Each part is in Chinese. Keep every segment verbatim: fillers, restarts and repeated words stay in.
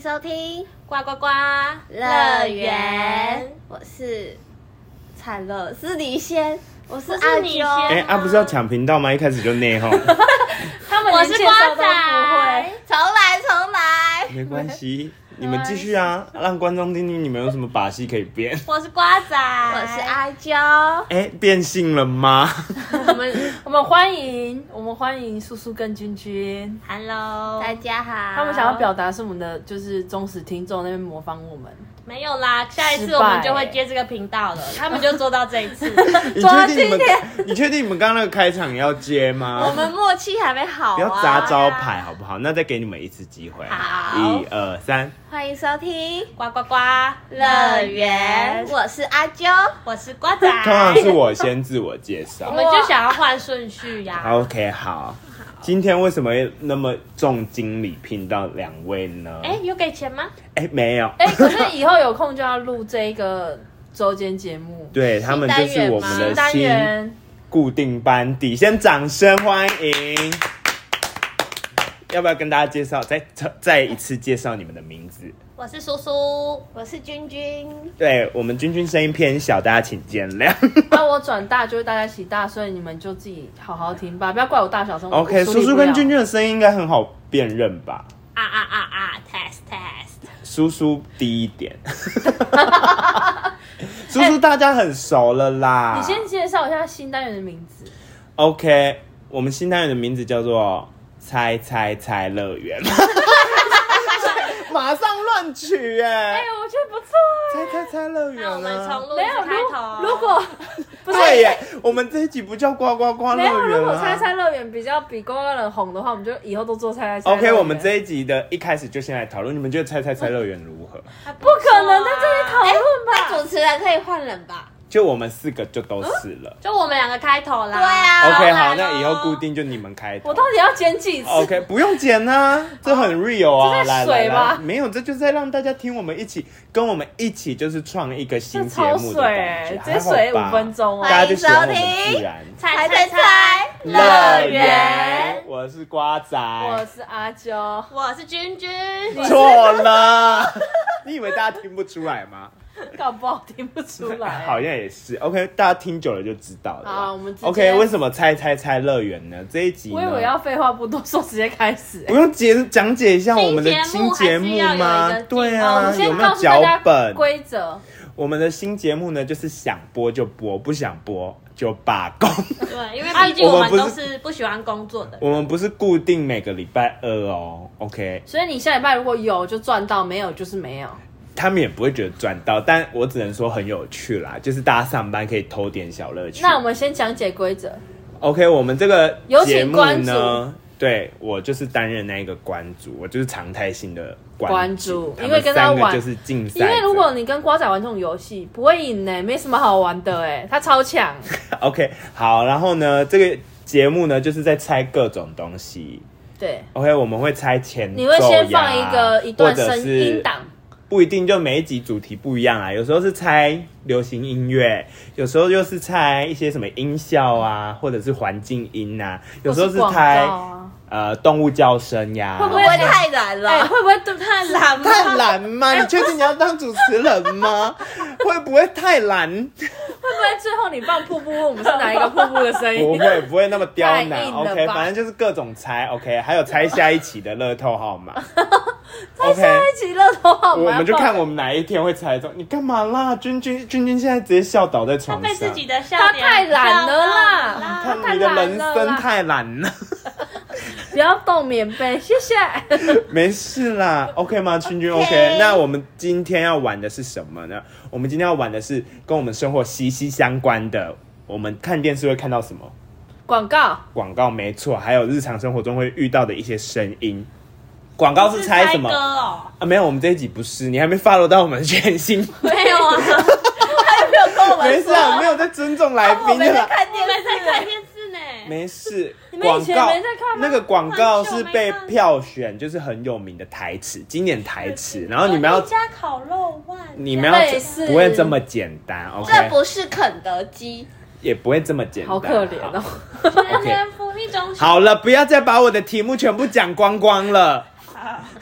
收听呱呱呱乐园，我是灿乐，是李仙，我是阿啾。 哎，啊，不是要抢频道吗？一开始就内讧。 他们连介绍都不会，重来重来， 没关系。你们继续啊，让观众听听你们有什么把戏可以变。 我是呱仔， 我是阿啾。 哎，变性了吗？ 我们我们欢迎我们欢迎叔叔跟君君 ，Hello， 大家好。 他们想要表达是我们的就是忠实听众那边模仿我们。 没有啦，下一次我们就会接这个频道了，他们就做到这一次。 你确定你们？你确定你们刚刚那个开场要接吗？ 我们默契还没好啊！ 不要砸招牌好不好？那再给你们一次机会。 好， 一二三， 欢迎收听呱呱呱乐园，我是阿啾， 我是呱仔。 通常是我先自我介绍， 我们就想要换顺序呀。 OK， 好。今天为什么那么重金礼聘到两位呢？ 哎，有给钱吗？ 哎，没有。 哎，可是以后有空就要录这个周间节目。 对，他们就是我们的单元固定班底，先掌声欢迎。要不要跟大家介绍？再再一次介绍你们的名字？ 我是叔叔， 我是君君。 对，我们君君声音偏小，大家请见谅。 那我转大就会大家一起大，所以你们就自己好好听吧，不要怪我大小声。 OK， 叔叔跟君君的声音应该很好辨认吧？ 啊啊啊啊 ！Test test。 叔叔低一点。叔叔大家很熟了啦。 你先介绍一下新单元的名字。 OK， 我们新单元的名字叫做“猜猜猜乐园”。马上乱取哎！ 哎，我觉得不错哎。 猜猜猜乐园啊！ 我们从录一开头。 如果不是对耶，我们这一集不叫呱呱呱乐园啊。 没有，如果猜猜乐园比较比呱呱乐红的话，我们就以后都做猜猜猜。 OK， 我们这一集的一开始就先来讨论，你们觉得猜猜猜乐园如何？ 不可能在这里讨论吧？ 那主持人可以换人吧？ 就我们四个就都是了， 就我们两个开头啦。 对啊。 OK， 好，那以后固定就你们开头。 我到底要剪几次 ？OK， 不用剪啊，这很 real 啊。 这在水吧？ 没有，这就是在让大家听我们一起跟我们一起就是创一个新节目的感觉。 这水五分钟哦。 大家就喜欢我们自然。 猜猜猜乐园，我是呱仔， 我是阿啾， 我是君君。 错了，你以为大家听不出来吗？ 搞不好听不出来， 好像也是。OK， 大家听久了就知道了。 好，我们 OK， 为什么猜猜猜乐园呢？这一集呢， 我以为要废话不多说，直接开始。 不用解讲解一下我们的新节目吗？对啊，有没有脚本？ 规则。 我们的新节目呢，就是想播就播，不想播就罢工。 对，因为毕竟我们都是不喜欢工作的。 我们不是固定每个礼拜二哦 ，OK。 所以你下礼拜如果有就赚到，没有就是没有。 他们也不会觉得赚到，但我只能说很有趣啦，就是大家上班可以偷点小乐趣。 那我们先讲解规则。 OK， 我们这个节目关呢，对我就是担任那一个关主，我就是常态性的关主， 因为跟他玩就是竞赛。 因为如果你跟呱仔玩这种游戏，不会赢呢，没什么好玩的哎，他超强。 OK， 好，然后呢，这个节目呢就是在猜各种东西。 对 ，OK， 我们会猜前奏呀， 你会先放一个一段声音档。 不一定，就每一集主题不一样啊。有时候是猜流行音乐，有时候又是猜一些什么音效啊，或者是环境音啊。有时候是猜、啊、呃动物叫声呀。 会不会太难了？ 欸、会不会太难？ 太难吗？你确定你要当主持人吗？会不会太难？会不会最后你放瀑布，我们是哪一个瀑布的声音？ 不会，不会那么刁难。OK， 反正就是各种猜。OK， 还有猜下一期的乐透号码。 猜下一期乐透号码， 我们就看我们哪一天会猜中。你干嘛啦？君君君君现在直接笑倒在床上， 他被自己的笑点他太懒了啦， 他你的人生太懒了。 不要动棉被，谢谢。 没事啦 ，OK 吗？君君 OK。那我们今天要玩的是什么呢？我们今天要玩的是跟我们生活息息相关的。我们看电视会看到什么？ 广告。 广告没错，还有日常生活中会遇到的一些声音。广告是猜什么？ 是猜歌哦、 啊，没有，我们这一集不是，你还没 follow 到我们全新。 没有啊， 他有没有跟我们说？ 没事啊，没有在尊重来宾的啦。 我们在看电视， 在看电视呢。 没事， 你们以前没在看吗？ 那个广告是被票选，就是很有名的台词，经典台词。然后你们要加烤肉万， 你们要不会这么简单 ，OK？ 这不是肯德基。 也不会这么简单， 好可怜哦。 天赋一种。 好了，不要再把我的题目全部讲光光了。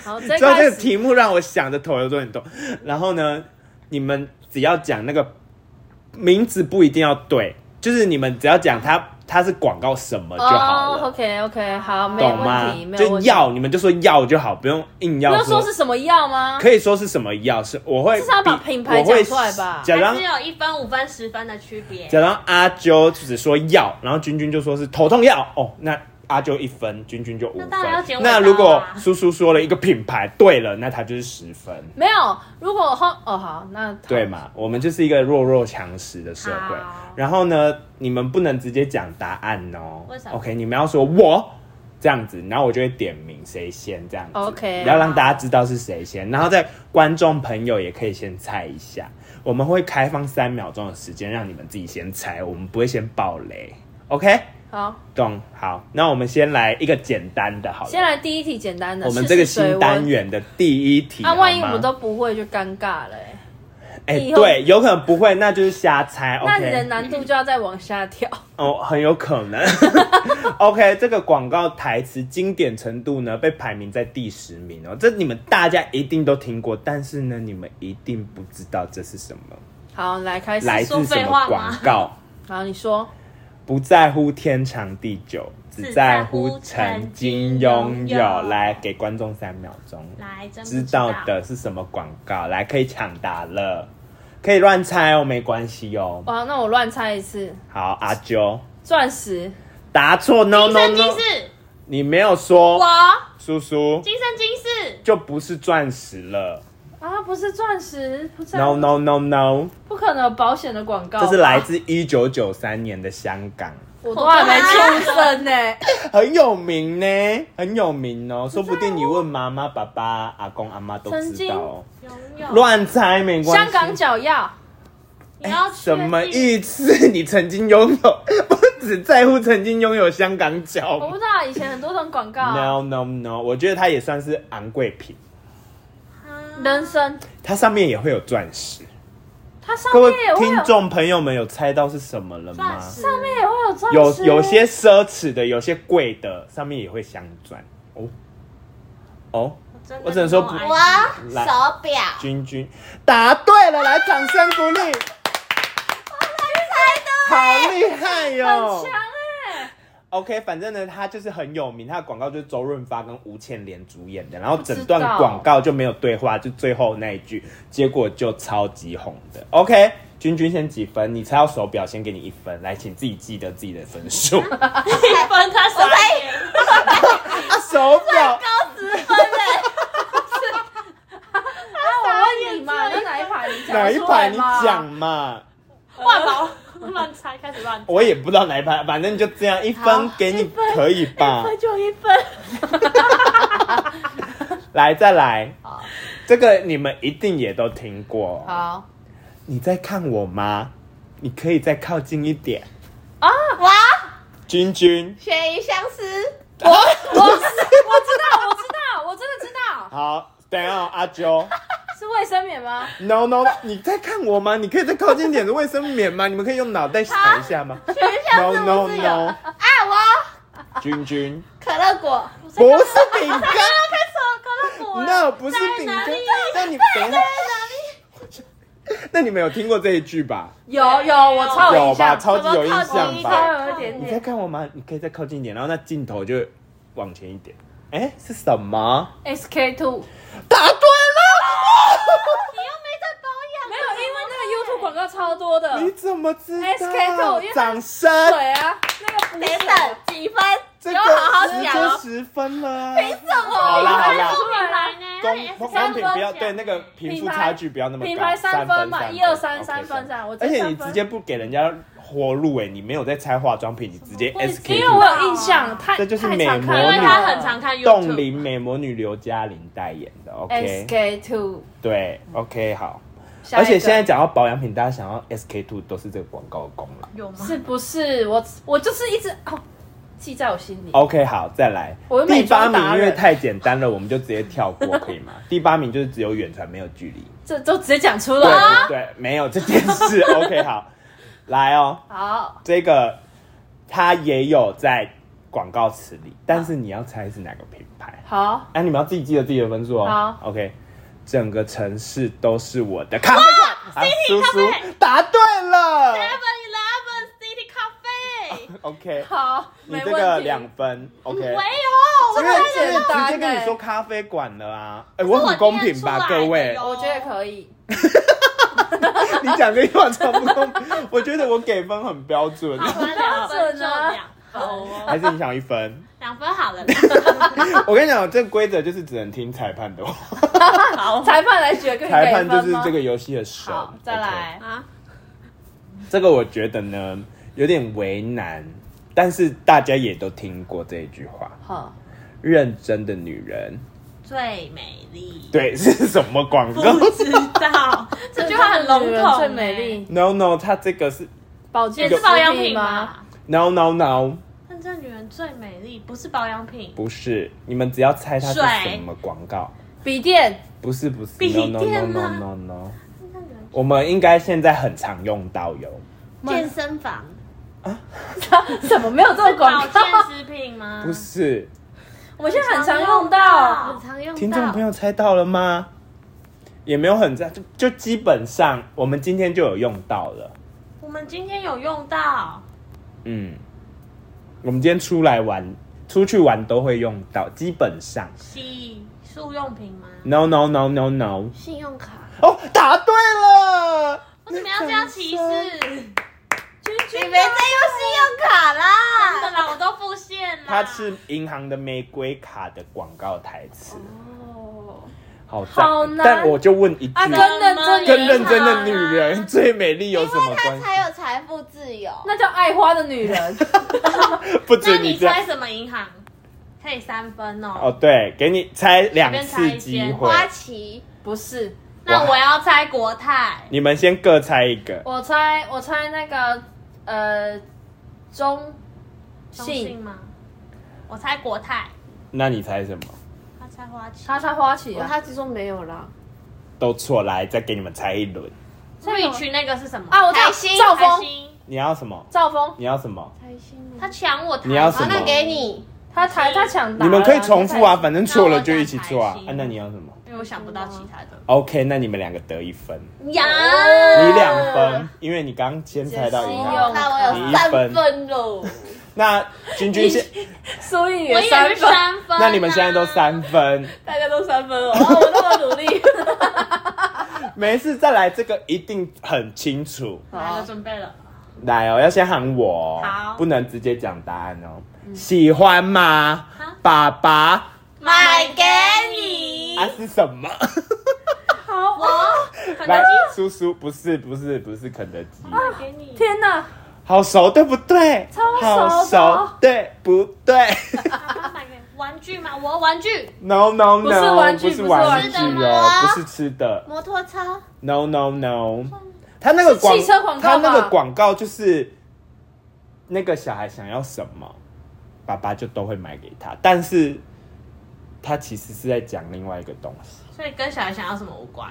好， 所以这个题目让我想的头有点痛。然后呢，你们只要讲那个名字不一定要对，就是你们只要讲它它是广告什么就好了。 哦、OK OK， 好，没懂吗？ 问题，没有问题。 就药，你们就说药就好，不用硬要说。 不用说是什么药吗？ 可以说是什么药，是我会至少把品牌讲出来吧。 假装有一分、五分、十分的区别。 假装阿啾只说药，然后君君就说是头痛药哦，那阿啾一分，君君就五分。 那当然要剪尾刀啊。 那如果叔叔说了一个品牌对了，那他就是十分。 没有，如果后哦好，那对嘛，我们就是一个弱肉强食的社会。然后呢，你们不能直接讲答案哦。 为什么 ？OK， 你们要说我这样子，然后我就会点名谁先这样子。 OK， 要让大家知道是谁先，然后在观众朋友也可以先猜一下。我们会开放三秒钟的时间让你们自己先猜，我们不会先爆雷。OK。 好， 懂。好，那我们先来一个简单的好了。 先来第一题简单的。 我们这个新单元的第一题， 啊，万一我都不会就尴尬了哎、欸。哎、欸，对，有可能不会，那就是瞎猜。 那你的难度就要再往下调。 哦，很有可能。OK， 这个广告台词经典程度呢，被排名在第十名哦。这你们大家一定都听过，但是呢，你们一定不知道这是什么。 好，来开始。 来自什么广告？ 好，你说。 不在乎天长地久，只在乎曾经拥有。来，给观众三秒钟， 来，真知道的是什么广告？来，可以抢答了，可以乱猜哦，没关系哦。 哇，那我乱猜一次。 好，阿啾， 钻石， 答错 ，no no no， 你没有说。 我叔叔， 今生今世就不是钻石了。 啊，不是钻石，不是。 No no no no， 不可能有保险的广告。 这是来自一九九三年的香港， 我都还没出生呢、欸， 很有名呢，很有名哦。说不定你问妈妈、爸爸、阿公、阿妈都知道哦。乱猜没关系。 香港脚药， 你要、欸、 什么意思？你曾经拥有，不只在乎曾经拥有香港脚。 我不知道以前很多种广告、啊。 No no no， 我觉得它也算是昂贵品。 人参， 它上面也会有钻石。 它上面也会有。 各位听众朋友们有猜到是什么了吗？ 上面也会有钻石。有有些奢侈的，有些贵的，上面也会镶钻。哦哦，我只能说不。 我手表。 君君答对了，来掌声鼓励。好厉害哟、 哦！很强哎。 OK， 反正呢，他就是很有名，他的广告就是周润发跟吴倩莲主演的，然后整段广告就没有对话，就最后那一句，结果就超级红的。OK， 君君先几分？你猜到手表，先给你一分，来，请自己记得自己的分数。一分， 他傻眼。 啊，手表高十分嘞。 那我问你嘛，那哪一排你讲？ 哪一排你讲嘛？ 万宝。乱猜，开始乱猜。 我也不知道哪一排，反正就这样，一分给你可以吧？ 一分就一分。 来，再来。这个你们一定也都听过。 好， 你在看我吗？你可以再靠近一点。 啊！哇！ 君君， 悬疑相思。 我我我知道，我知道，我真的知道。 好，等一下、哦，阿啾。 是卫生棉吗 ？No No， 你在看我吗？你可以再靠近一点的卫生棉吗？你们可以用脑袋想一下吗 ？No No No， 啊我。 君君， 可乐果不是饼干。 可乐果 No， 不是饼干。那你等一下。那你们有听过这一句吧？ 有有，我超有印象， 有吧？超级有印象吧？ 超有一点点。 你在看我吗？你可以再靠近一点，然后那镜头就往前一点。哎，是什么 ？S K two。 答对了。 你又没在保养。 没有，因为那个 YouTube 广告超多的。 你怎么知道 ？S K two， 掌声。 对啊，那个不是等几分？ 这个好好讲哦。 十分了。 凭什么？ 好啦好啦。 公公平不要对那个贫富差距不要那么高。 品牌三分嘛，一二三三分上，我而且你直接不给人家活路哎，你没有在猜化妆品，你直接 S K two。 因为我有印象，太这就是美魔女， 因为他很常看 YouTube。 冻龄美魔女刘嘉玲代言的 ，OK。 S K two。 对 ，OK 好。而且现在讲到保养品，大家想要 S K two 都是这个广告的功能， 有吗？ 是不是？我我就是一直哦。记在我心里。 OK， 好，再来。第八名因为太简单了，我们就直接跳过，可以吗？第八名就是只有远传没有距离， 这都直接讲出来。 对对，没有这件事。OK， 好，来哦。 好， 这个他也有在广告词里，但是你要猜是哪个品牌。 好， 哎、啊，你们要自己记得自己的分数哦。 好 ，OK。整个城市都是我的咖啡馆。啊，叔叔答对了。 Seven Eleven City Cafe。 OK， 好， 你这个没问题。 两分。OK， 没有， 因为很因为简单直接跟你欸说咖啡馆了啊。哎、我很公平吧， 是我念出来的各位？ 哟我觉得可以。 你讲这句话超不公平。我觉得我给分很标准。 好吧，两分就两分还是你想一分？ 两分好了。 我跟你讲，这个规则就是只能听裁判的话。 好，裁判来决定裁判就是给分吗这个游戏的神。 好，再来。 啊， 这个我觉得呢有点为难，但是大家也都听过这一句话： 好， 认真的女人， 最美丽。 对，是什么广告不知道，这句话很笼统。 最美丽， ？No No，它这个是保健也是保养食品吗？ 吧？ No No No， 认真女人最美丽，不是保养品。 不是，你们只要猜它是水什么广告。 笔电， 不是不是笔 ，no no no 电 no 吗 no no， 认真女人我们应该现在很常用到有。 健身房， 怎么没有这个是广告？ 保健食品吗？ 不是， 我们现在很常用到。 很常用到。 听众朋友猜到了吗？也没有很在，就就基本上我们今天就有用到了。 我们今天有用到。 嗯，我们今天出来玩，出去玩都会用到，基本上。 洗漱用品吗？ No no no no no。 信用卡， 哦，答对了。 为什么要这样歧视？ 你没在用信用卡真的啦。 啦，我都付现啦。 它是银行的玫瑰卡的广告台词， 哦， 好赞好难但我就问一句， 啊，跟认真跟认真的女啊人最美丽有什么他关系？ 才有财富自由。 那叫爱花的女人。 不那你准你这样猜。什么银行？可以三分哦。 哦，对，给你猜两次机随便猜一会， 花旗， 不是， 那我要猜国泰。 你们先各猜一个。 我猜我猜那个呃中中信信， 吗？我猜国泰。 那你猜什么？ 他猜花旗。 他猜花旗啊。 我他只说没有啦。 都错，来再给你们猜一轮。 Rich 那个是什么？ 啊，我知道开心兆丰， 开心。 你要什么？ 兆丰， 你要什么？ 开心吗？ 他抢我台。 好， 你要什么那给你。 他台他抢答了。 你们可以重复啊， 他反正错了就一起错啊那我。讲啊，那你要什么因为我想不到其他的。 ？OK，那你们两个得一分， 呀， 你两分，因为你刚先猜到银信行。 用那我你有三一分分喽。 那君君先， 苏颖我也是也三分， 三分啊。 那你们现在都三分， 大家都三分哦。哦我那么努力。 没事，再来这个一定很清楚。 来了，准备了。 来哦，要先喊我哦， 好不能直接讲答案哦。喜欢吗？爸爸买给你。 啊是什么？ 好， 我肯德来基， 叔叔，不是不是不是肯德基， 买给你。 天哪！ 好熟对不对？ 超熟的好熟对不对爸爸买给玩具吗？我玩具。 ？No No No， 不是玩具不是不是玩具具哦，不是吃的。 摩托车， No No No，他那个广是汽车广告吧他那个广告就是那个小孩想要什么，爸爸就都会买给他，但是他其实是在讲另外一个东西， 所以跟小孩想要什么无关。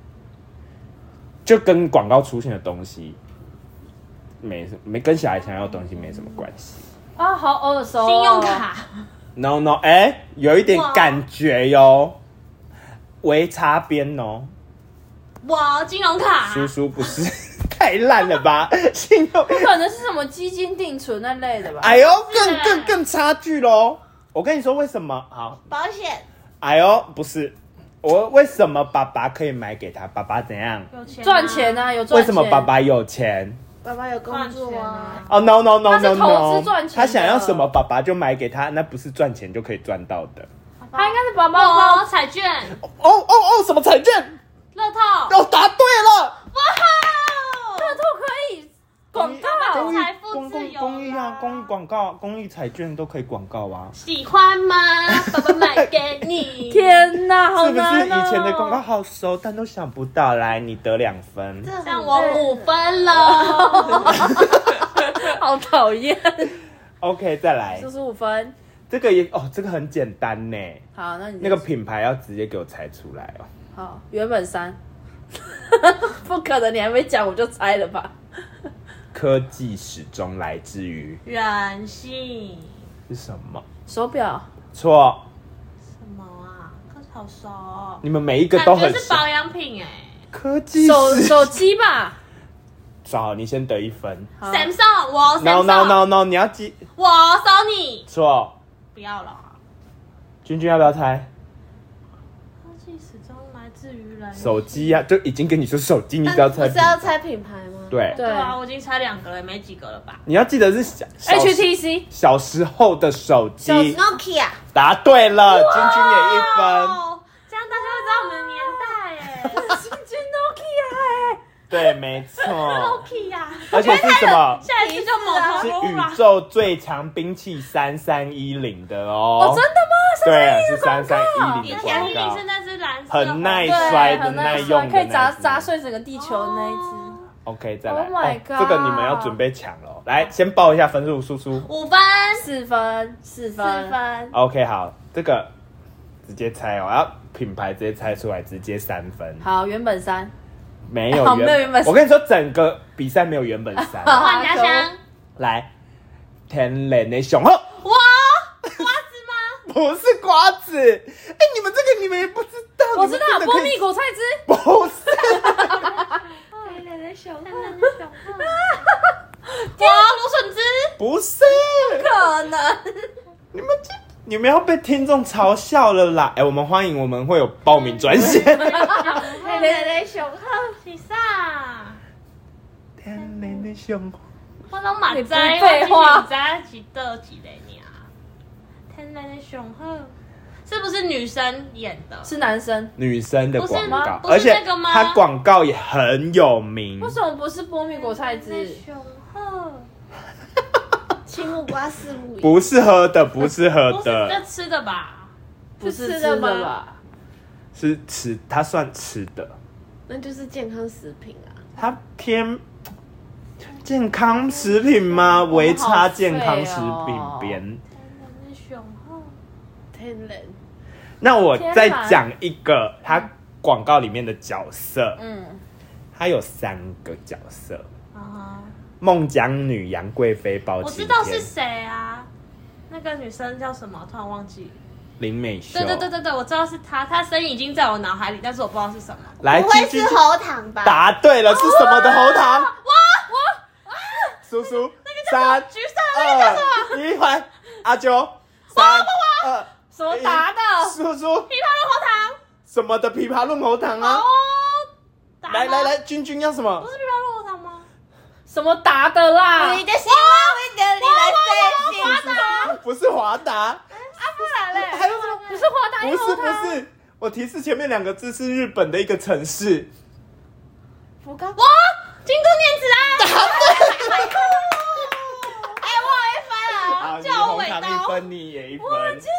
就跟广告出现的东西没什没跟小孩想要的东西没什么关系。 啊，好耳熟哦。 信用卡。 No No， 哎、有一点哇感觉哟，微擦边哦。 我金融卡。 叔叔不是太烂了吧？信用， 可能是什么基金定存那类的吧。 哎呦，更更更差距喽！我跟你说为什么？好， 保险， 哎呦，不是我为什么爸爸可以买给他？爸爸怎样？ 有钱啊赚钱啊，有赚钱。 为什么爸爸有钱？ 爸爸有工作啊赚钱啊。 哦、no no no 他是 no 投 no， 资赚钱的他想要什么爸爸就买给他，那不是赚钱就可以赚到的。 他应该是爸爸我彩券、 哦哦哦，什么彩券？ 乐透。 哦，答对了。 哇！ 乐透可以广告。 公益财富公公自由公益啊， 啦公益广告、公益彩券都可以广告啊。 喜欢吗？爸爸买给你。 天哪，好是不是难哦。 以前的广告好熟，但都想不到？来，你得两分。 这这样我五分了。 好讨厌。 OK，再来四十五分。 这个也哦，这个很简单呢。 好，那你那个品牌要直接给我猜出来哦。 好，原本三。不可能，你还没讲我就猜了吧？ 科技始终来自于人性。 是什么？ 手表。 错。 什么啊？可是好熟哦。 你们每一个都很感觉是保养品哎。 科技手手机吧。 好，你先得一分。 Samsung， 我 No no no no， 你要记。 我 Sony。 错。 不要了。 君君要不要猜？ 科技始终来自于人。 手机啊，就已经跟你说手机，你只要猜。 不是要猜品牌吗？ 对。 对啊，我已经猜两个了，没几个了吧？ 你要记得是小 H T C 小时候的手机。 Nokia。 答对了，君君也一分。 这样大家会知道我们的年代哎。 君君 Nokia 哎。 对，没错。 Nokia。 而且是什么？ 下一次就某头是宇部了。 宙最强兵器三三一零的哦。 哦，真的吗？ 对，是三三一零的天广告力是，那只蓝色， 很耐对， 摔的很耐耐用的摔，可以砸那一只砸碎整个地球的那一只。 OK， 再来。 Oh my 哦 god 这个你们要准备抢了哦。来，先报一下分数，叔叔。 五分。 四分，四分， 四分。 OK， 好，这个直接猜哦，要品牌直接猜出来，直接三分。 好，原本三。 没有好没有原本我跟你说，整个比赛没有原本三。 万家香。 来，天然的雄厚。 哇，瓜子吗？ 不是瓜子。哎，你们这个你们也不知道。 我知道你们真的可以波蜜果菜汁。 不是。 天然的熊， 天然的熊厚。哇，芦笋汁。 不是。 可能。 你们这你们要被听众嘲笑了啦！哎，我们欢迎，我们会有报名专线。 天然的熊厚。 是啥？ 天然的熊厚。 我拢嘛知， 你不废话我只是知几个几个尔。天然的雄厚，是不是女生演的？ 是男生。 女生的广告， 不是而且那个吗它广告也很有名为。什么不是波蜜果菜汁？ 雄厚， 青木瓜四物饮。 不是喝的，不是喝不是在的， 吃的吧？ 不是是吃吃的的吗吧？ 是吃，它算吃的， 那就是健康食品啊。 它偏健康食品吗？微差健康食品边。 天然的雄厚， 天然。 那我再讲一个它广告里面的角色， 嗯， 它有三个角色： 啊， 孟姜女、杨贵妃、包我青天。 知道是谁啊？那个女生叫什么？突然忘记。 林美秀。 对对对对对，我知道是她，她声音已经在我脑海里，但是我不知道是什么。 来， 不会继续是喉糖吧？ 答对了，是什么的喉糖？哇哇！叔叔，三橘色那个叫什么？ 二一，来，阿九，三二， 什么达的？ 叔叔， 枇杷润喉糖。 什么的枇杷润喉糖啊？ 哦，达吗来来，来，君君要什么不？是枇杷润喉糖吗？ 什么达的啦？ 你的希望为的你来飞行。 不是华达， 啊，不然嘞？ 还有什么？ 不是华达不是不是，我提示前面两个字是日本的一个城市。 福冈。 哇，京都念慈啊！ 哎，我有一分了。 好，你叫我红糖尾刀一分，你也一分。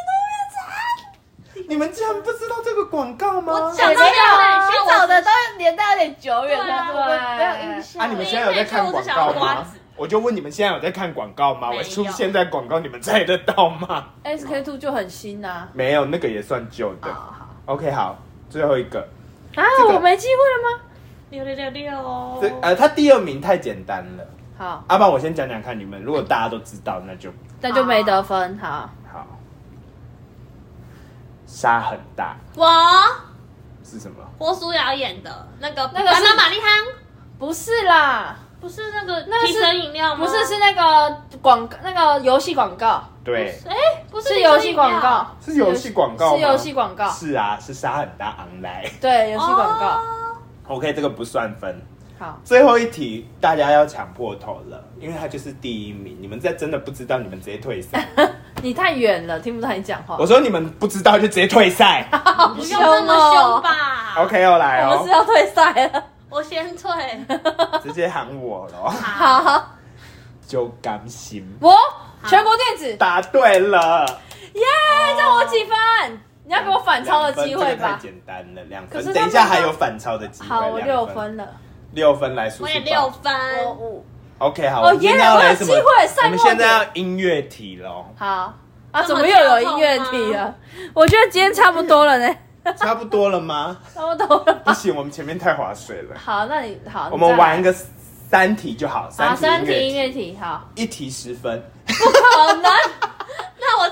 你们竟然不知道这个广告吗？ 我想到你了， 你找的都年代有点久远对啊了，我没有印象。 啊，你们现在有在看广告吗？我就问你们现在有在看广告吗？ 没有我出现在广告，你们猜得到吗？ S K two 就很新呐。 没有，那个也算旧的。 好好 OK， 好，最后一个， 啊， 这个我没机会了吗？ 六六六六哦。 这呃，他第二名太简单了。 好， 阿爸，我先讲讲看，你们如果大家都知道，那就那就没得分。好， 好。沙很大我是什么？ 郭书瑶演的那个那个是白马玛丽汤， 不是啦， 不是那个那个是提神饮料吗？ 不是，是那个广那个游戏广告， 对， 哎，不是是游戏广告， 是游戏广告吗是游戏广告， 是啊，是沙很大 online。 对，游戏广告。 哦 OK， 这个不算分。 好， 最后一题大家要抢破头了，因为他就是第一名。你们再真的不知道，你们直接退赛。 你太远了，听不到你讲话。 我说你们不知道就直接退赛。 不用那么凶吧 OK， 我来我们是哦， 要退赛了。 我先退。 直接喊我了。 好， 就甘心。 我全国电子， 答对了， 耶！让我几分？你要给我反超的机会两分这个太吧？ 简单了，两分。 可是他们等一下还有反超的机会。 好，我两六分了。 六分来数数。 我也六。分。 我五。 OK， 好。 哦我们现在要来什么耶我有机会赛末点我们现在要音乐题喽。 好啊，怎么又有音乐题了？我觉得今天差不多了呢， 差不多了吗？ 差不多了吧。 不行，我们前面太划水了。 好，那你好， 我们玩个个三题就好， 好三题音音乐乐题，好， 一题十分。 不可能，哪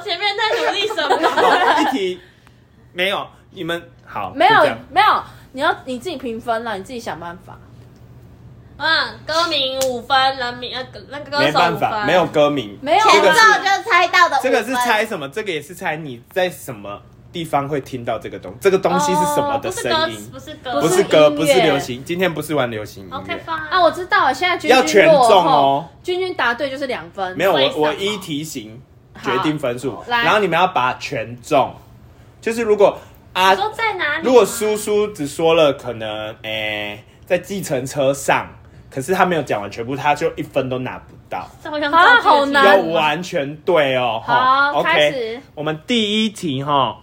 前面在努力什么？ 好，一题没有，你们好没有就这样没有，你要你自己评分了，你自己想办法。 嗯，歌名五分，人名呃那个歌没手五办法， 分， 没有歌名， 没有前奏这个是就猜到的五分， 这个是猜什么？这个也是猜你在什么地方会听到这个东，这个东西是什么的不是歌声音？ 不是歌， 不是歌，不不是音乐是流行，今天不是玩流行音乐。 OK fine 啊，我知道了，现在君要君全中落后哦， 君君答对就是两分。 没有， 为什么我我依题型决定分数， 来然后你们要把全中。就是如果啊你，说在哪里？ 如果叔叔只说了可能诶、在计程车上，可是他没有讲完全部，他就一分都拿不到。 这好像啊好难要完全对哦。齁好，开 ，OK， 始。 我们第一题哈，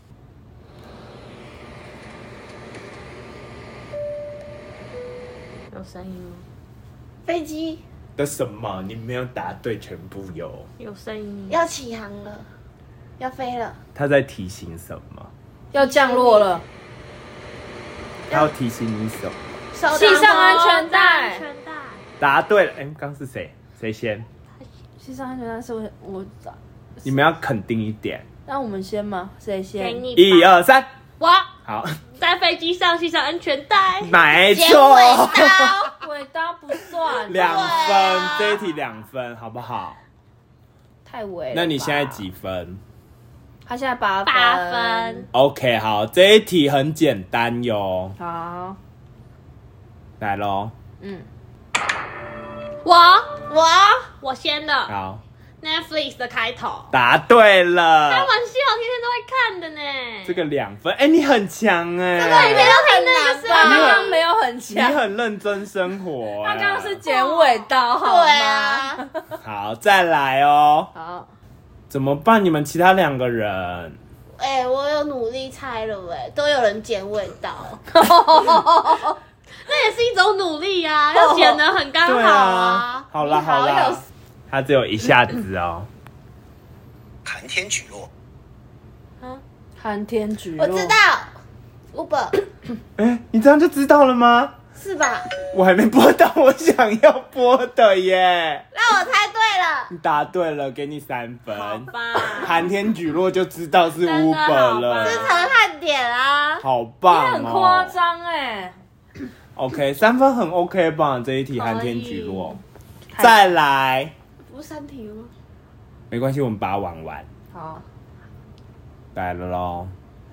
有声音吗？ 飞机的什么？你没有答对全部哟。 有声音。 要起航了，要飞了， 他在提醒什么？ 要降落了， 他要提醒你什么？ 手系上安全安带。 全带。 答对了。哎、刚是谁？谁先？ 系上安全带是我我找， 你们要肯定一点。 那我们先吗？谁给先？ 你一二三， 我好， 在飞机上系上安全带。 没剪错尾，刀， 尾刀不算， 两分， 对啊这一题两分，好不好？ 太尾了吧。 那你现在几分他现在八分。 八分。 ？OK，好，这一题很简单哟。 好， 来喽， 嗯， 我我我先的好， Netflix 的开头。 答对开了玩。笑，天天都会看的呢。 这个两分，哎、你很强哎、 这个影片都很难他吧？ 刚刚没有很你强， 很认真生活、哎他刚刚是剪尾刀，好吗？ 对啊， 好，再来哦。 好， 怎么办？你们其他两个人， 哎、我有努力猜了哎、都有人剪尾刀， 那也是一种努力啊，要剪得很刚好对啊啊。， 好啦你好好啦有， 他只有一下子哦。 寒天举落， 寒天菊落， 我知道，Uber 哎、你这样就知道了吗？ 是吧？ 我还没播到我想要播的耶。 那我猜对了， 你答对了，给你三分。 好吧， 寒天举落就知道是真的 Uber 了， 是陈汉典啊， 好棒你很夸哦。 张哎。 OK，三分很 OK 吧？这一题可以寒天举落，再来， 不是三题吗？ 没关系，我们把它玩完。 好， 来了喽，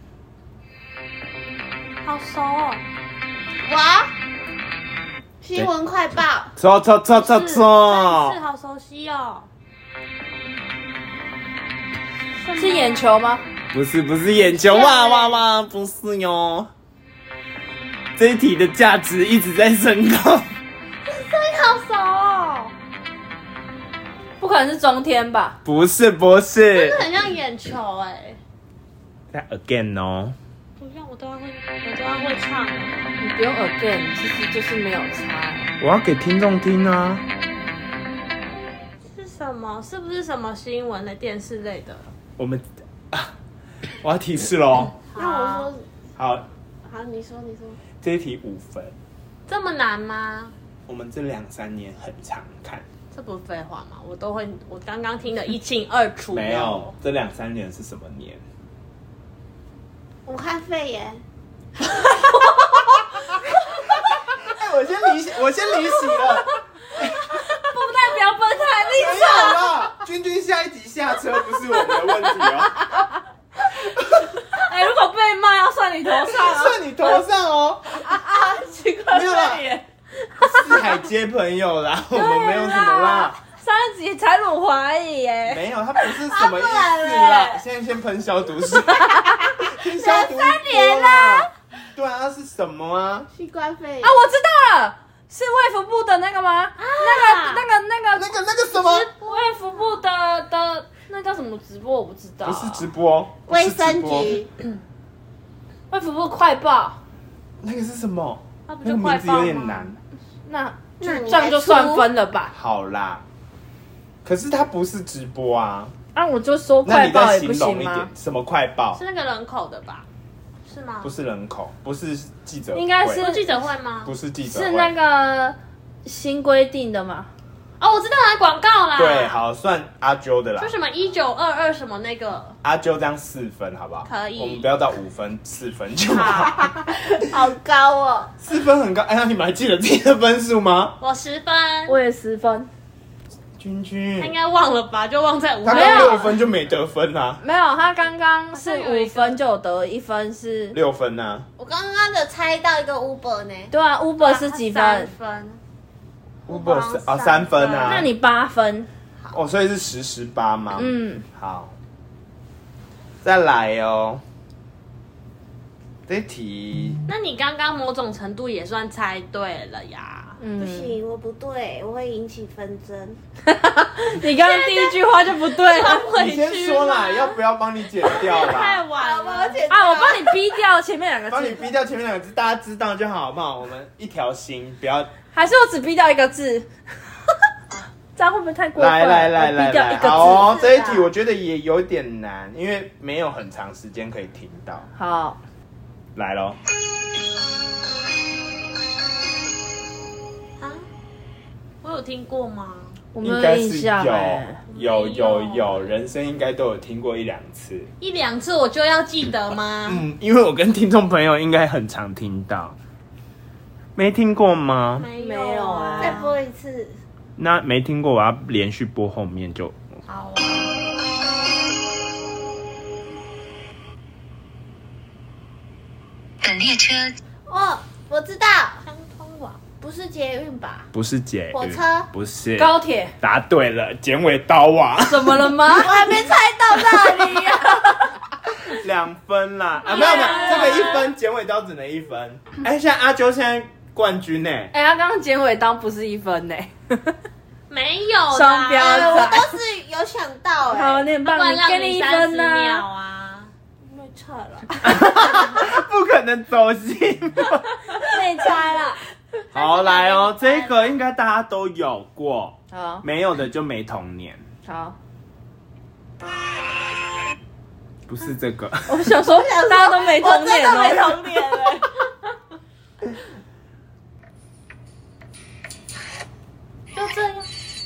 好熟哦。 我新闻快报， 错错错错是是错， 好熟悉哦。 是眼球吗？ 不是不是眼球，哇哇哇，不是哟。这一题的价值一直在升高。 好熟哦， 不可能是中天吧？ 不是不是， 很像眼球哎。 再 again 哦。 不像我都要会，我都要会唱。 你不用 again，其实就是没有差。 我要给听众听啊。 是什么？是不是什么新闻的电视类的？ 我们啊，我要提示喽。 那我说， 好， 好，你说，你说， 这一题五分。 这么难吗？ 我们这两三年很常看， 这不是废话吗？我都会，我刚刚听得一清二楚。 没有，这两三年是什么年？ 武汉肺炎， 哎，我先离，我先离席了。 不代表本台立没有了，君君下一集下车不是我们的问题哦， 哎、如果被骂要算你头上啊！ 算你头上哦。 奇怪没有啦肺炎， 四海皆朋友啦，我们没有什么啦。 上一集才辱华而已耶。 没有，他不是什么意思啊不然啦。 嘞现在先喷消毒水，先消毒一波啦。对啊，那是什么啊？ 新冠肺炎啊，我知道了，是卫福部的那个吗？那个、那个、那个、 那个那个什么？ 卫福部的的那叫什么直播？我不知道。 不是直播，不是卫直播， 生局， 卫福部快报， 那个是什么？ 那不那个名字就快报吗有点难。 那那你这样就算分了吧？ 好啦，可是它不是直播啊。 啊，我就说那你再快报也不行吗形容一点？，什么快报？ 是那个人口的吧？是吗？ 不是人口，不是记者会， 应该是有记者会吗？ 不是记者会， 是那个新规定的吗？ 哦，我知道哪广告啦。 对，好，算阿啾的啦就。什么一九二二什么那个， 阿啾这样四分，好不好？ 可以我们不要到五分，四分就好。 好高哦。 四分很高，哎呀，你们还记得自己的分数吗？ 我十分， 我也十分。 君君他应，该忘了吧？就忘在五分。 他刚六分就没得分啦、 没有，他刚刚是五分就有得一分是， 六分呐、啊。 我刚刚的猜到一个 Uber 呢。 对啊，Uber 是几三分？ 分， Uber 是啊三分啊， 那你八分。 哦，所以是十十八吗？ 嗯， 好，再来哦。这一题那你刚刚某种程度也算猜对了呀。 嗯不行，我不对，我会引起纷争。 你刚刚第一句话就不对了你先说啦，要不要帮你剪掉太啦？ 晚了， 啊！我帮你逼掉前面两个帮你字， 逼掉前面两个字，大家知道就好，好不好？我们一条心，不要。 还是我只逼掉一个字？这样会不会太过分？ 来来来我来来， 逼掉一个字。 好哦，这一题我觉得也有点难，因为没有很长时间可以听到。 好， 来咯。 啊？我有听过吗？ 我没有应该是印象有哎。 有有没有有，人生应该都有听过一两次。 一两次我就要记得吗？ 嗯，因为我跟听众朋友应该很常听到，没听过吗？ 没没有啊再播一次。 那没听过，我要连续播后面就。 好啊。 本列车哦，我知道， 相通网不是捷运吧？ 不是捷运， 火车不是高铁答对了，剪尾刀啊， 怎么了吗？ 我还没猜到那里呀、 两分啦啊，没有没有，这个一分，剪尾刀只能一分。哎，现在阿啾现在冠军呢， 哎，他刚刚剪尾刀不是一分呢。 没有啦双标呃我都是有想到哎、 好，你很棒， 不然让你给你一三十分呢。 秒啊。 没猜了， 不可能走心。 没猜了。 好，来哦，这个应该大家都有过， 好， 没有的就没童年， 好， 不是这个。 我想说大家都没童年我真的没哦。 童年哎、 就这样。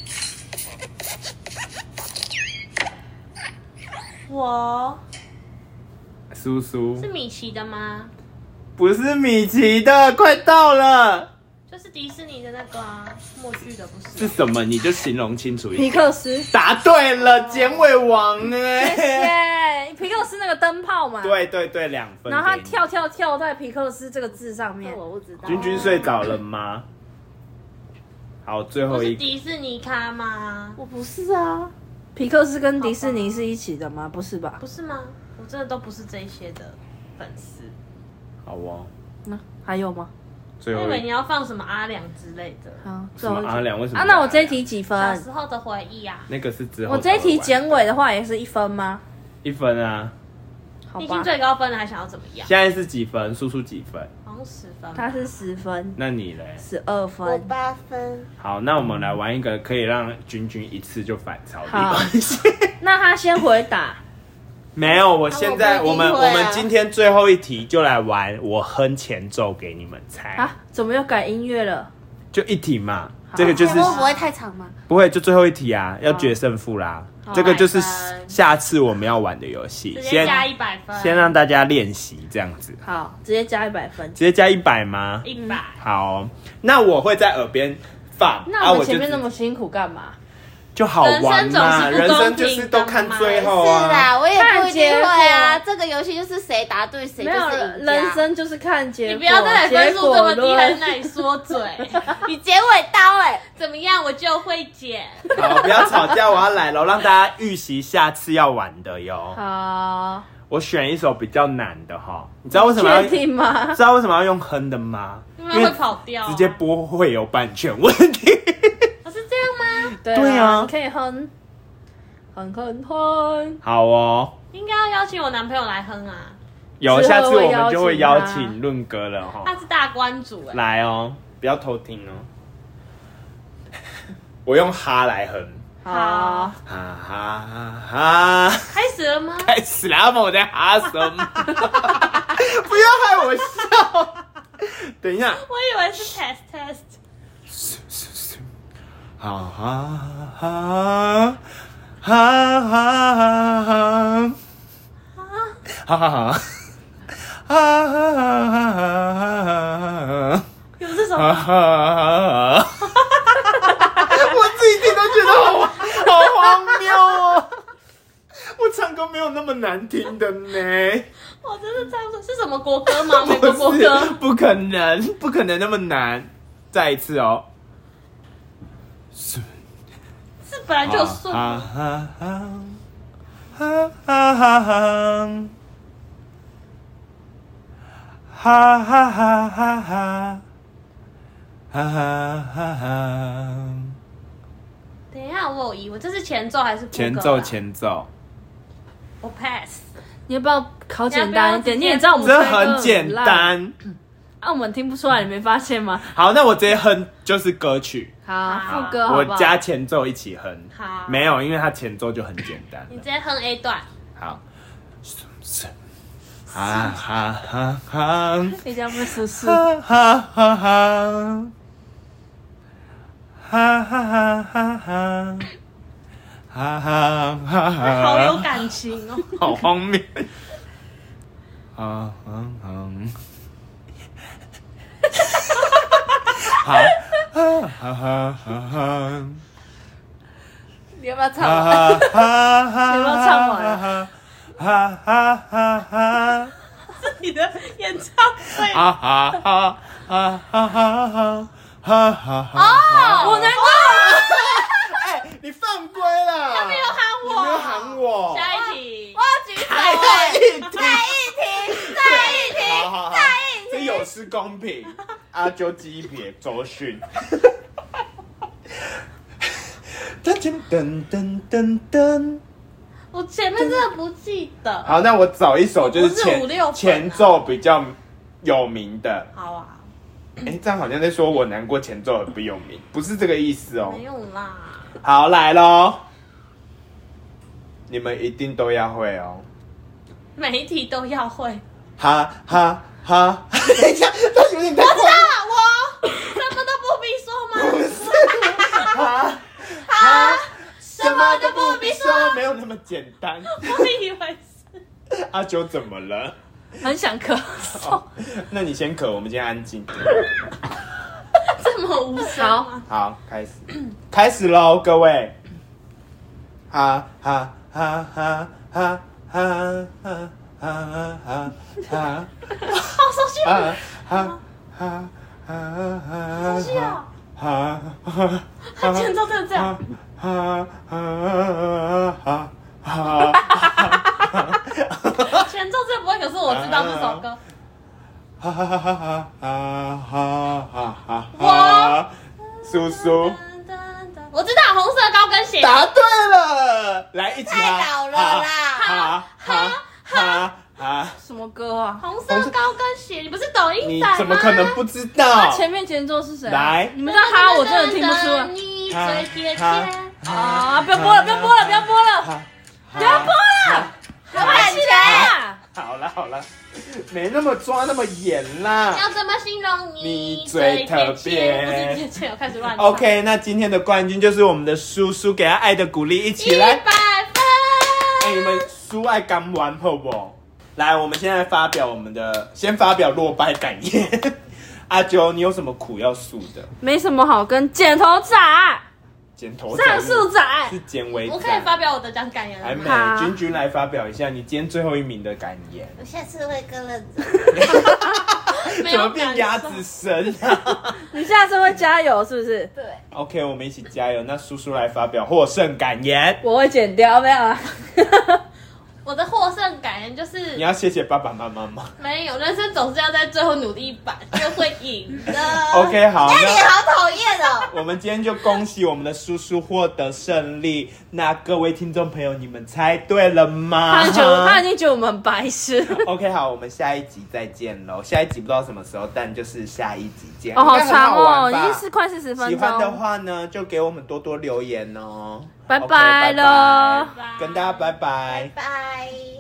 我叔叔是米奇的吗？ 不是米奇的，快到了， 就是迪士尼的那个啊，默剧的不是？ 是什么？你就形容清楚一皮点。 克斯， 答对了，剪尾王哎、 谢谢。皮克斯那个灯泡嘛，， 对对对，两分给你。 然后他跳跳跳在皮克斯这个字上面这。我不知道。 君君睡着了吗？好，最不是后一个。 迪士尼咖吗？ 我不是啊， 皮克斯跟迪士尼是一起的吗？不是吧？ 不是吗？我真的都不是这一些的粉丝。 好哦， 那还有吗？ 最后一个。 我以为你要放什么阿良之类的， 好， 什么阿良？为什么？ 啊，那我这一题几小分？ 时候的回忆啊。 那个是之后。 我这一题剪尾的话也是一分吗？ 一分啊。 好吧你已经，最高分了，还想要怎么样？ 现在是几分？叔叔几分？ 好像十分吧。 他是十分， 那你嘞？ 十二我分。 八分。 好，那我们来玩一个可以让君君一次就反超的好关系。 那他先回答。 没有，我现在我们啊我不一定会啊我们今天最后一题就来玩，我哼前奏给你们猜， 啊，怎么又改音乐了？ 就一题嘛，这个就是节目不会太长吗？ 不会就最后一题啊，要决胜负啦。这个就是一百分下次我们要玩的游戏， 直接先加一百分， 先让大家练习这样子， 好，直接加一百分。 直接加一百吗？ 一百。 好，那我会在耳边放， 那我们啊就前面那么辛苦干嘛？ 就好玩嘛，人人生总是不公平的嘛生就是都看最后是啊。 啦，我也不一定会啊。 看这个游戏就是谁答对谁就没有， 是赢家。 人生就是看结果。 你不要再来分数这么低， 结果论还在那里说嘴。 你剪尾刀哎、 怎么样，我就会剪。 好，不要吵架，我要来了，让大家预习下次要玩的哟。 好， 我选一首比较难的哈，你知道为什么要？ 确定吗？ 知道为什么要用哼的吗？ 因为会跑掉啊直接播会有版权问题。 哦是这样吗？ 对对啊你可以哼，哼哼哼。 好哦， 应该要邀请我男朋友来哼啊， 有之后下次我们会就会邀请他邀请论哥了哈。 他是大关主哎。 来哦，不要偷听哦。我用哈来哼， 好， 哈哈哈哈。 开始了吗？ 开始了，我在哈什么？不要害我笑。等一下。 我以为是 test test。 哈哈哈哈哈哈哈哈哈， 有这首哈哈，我自己听都觉得好好荒谬哦！我唱歌没有那么难听的呢。 我真是唱不出，是什么国歌吗？美国国歌？ 不可能，不可能那么难。再一次哦。 是本来就有顺。 哈哈哈哈哈哈哈。哈哈哈哈哈，哈哈哈哈！ 等一下，我有疑问，这是前奏还是副歌？ 前奏，前奏。 我 pass。 你要不要考简单一点？你也知道我们这很简单。 啊，我们听不出来，你没发现吗？ 好，那我直接哼就是歌曲。 好，副歌好不好？ 我加前奏一起哼。 好。 没有，因为它前奏就很简单。 你直接哼 A 段。 好。哈哈哈哈！ 你这样不舒适。 哈哈哈哈！哈哈哈哈哈！哈哈哈哈！ 好有感情哦。 好荒谬。啊嗯嗯。哈哈哈哈哈！ 你要不要唱完？ 你要不要唱完？ 哈哈哈哈！ 是你的演唱会。 哈哈哈哈哈哈哈哈！ 哦，我难过。 哎，你犯规了！ 他没有喊我， 你没有喊我。 下一题， 我要举手。 再一题， 再一题，再一题， 好好好， 再一题。 这有失公平。阿啾记一撇周迅。噔噔噔噔噔噔。 我前面真的不记得。 好，那我找一首就是前不是五六分啊前奏比较有名的。 好啊。 哎，这样好像在说我难过前奏很不有名，不是这个意思哦。 没有啦。 好，来咯，你们一定都要会哦。 每一题都要会。 哈哈哈！等一下，他有点太我知道了，我什么都不必说吗？ 不是，哈哈，什么都不必说，没有那么简单。 我以为是。 阿九怎么了？ 很想咳嗽。 哦，那你先咳，我们今天安静。 这么无声吗？ 好，开始，开始喽，各位。哈哈哈哈哈哈哈哈哈哈！ 好熟悉。 哈哈哈哈哈！ 熟悉哦。 哈哈， 他前奏真的这样。 哈哈哈哈哈！ 前奏这不会，可是我知道这首歌。 哈哈哈哈哈哈哈哈！我叔叔， 我知道红色高跟鞋。 答对了，来一起哈！ 太老了啦哈哈哈哈！ 什么歌啊？ 红色高跟鞋，你不是抖音你仔吗？ 怎么可能不知道？ 前面前奏是谁？ 来， 你们知道哈，我真的听不出来。 你最贴切。 啊！不要播了，不要播了，不要播了，不要播了，快起来啊！ 好了好了，没那么抓那么严啦。 要怎么形容你你最特别？ 不是贴切，我开始乱唱。 OK， 那今天的冠军就是我们的叔叔，给他爱的鼓励，一起来。 一百分。 哎，你们输爱刚完好不好？来，我们现在发表我们的，先发表落败感言。阿九，你有什么苦要诉的？ 没什么好跟剪头仔、 剪头仔上树仔是剪尾仔。 我可以发表我的讲感言了还吗？ 没，君君来发表一下你今天最后一名的感言。 我下次会更认真。 没怎么有感变鸭受子声啊你下次会加油是不是？ 对， ？OK， 我们一起加油。那叔叔来发表获胜感言。 我会剪掉，没有啊？ 我的获胜感言就是你要谢谢爸爸妈妈吗没有，人生总是要在最后努力一把，就会赢的。 ？OK， 好， 哎，你那好讨厌哦。 我们今天就恭喜我们的叔叔获得胜利。那各位听众朋友，你们猜对了吗？ 他觉得他已经觉得我们很白痴。 OK， 好，我们下一集再见喽。下一集不知道什么时候，但就是下一集见。 哦，好应该很长哦，已好玩吧经是快四十分喜欢的钟。 话呢，就给我们多多留言哦。 拜 OK， 拜拜了拜跟大家拜拜。 拜。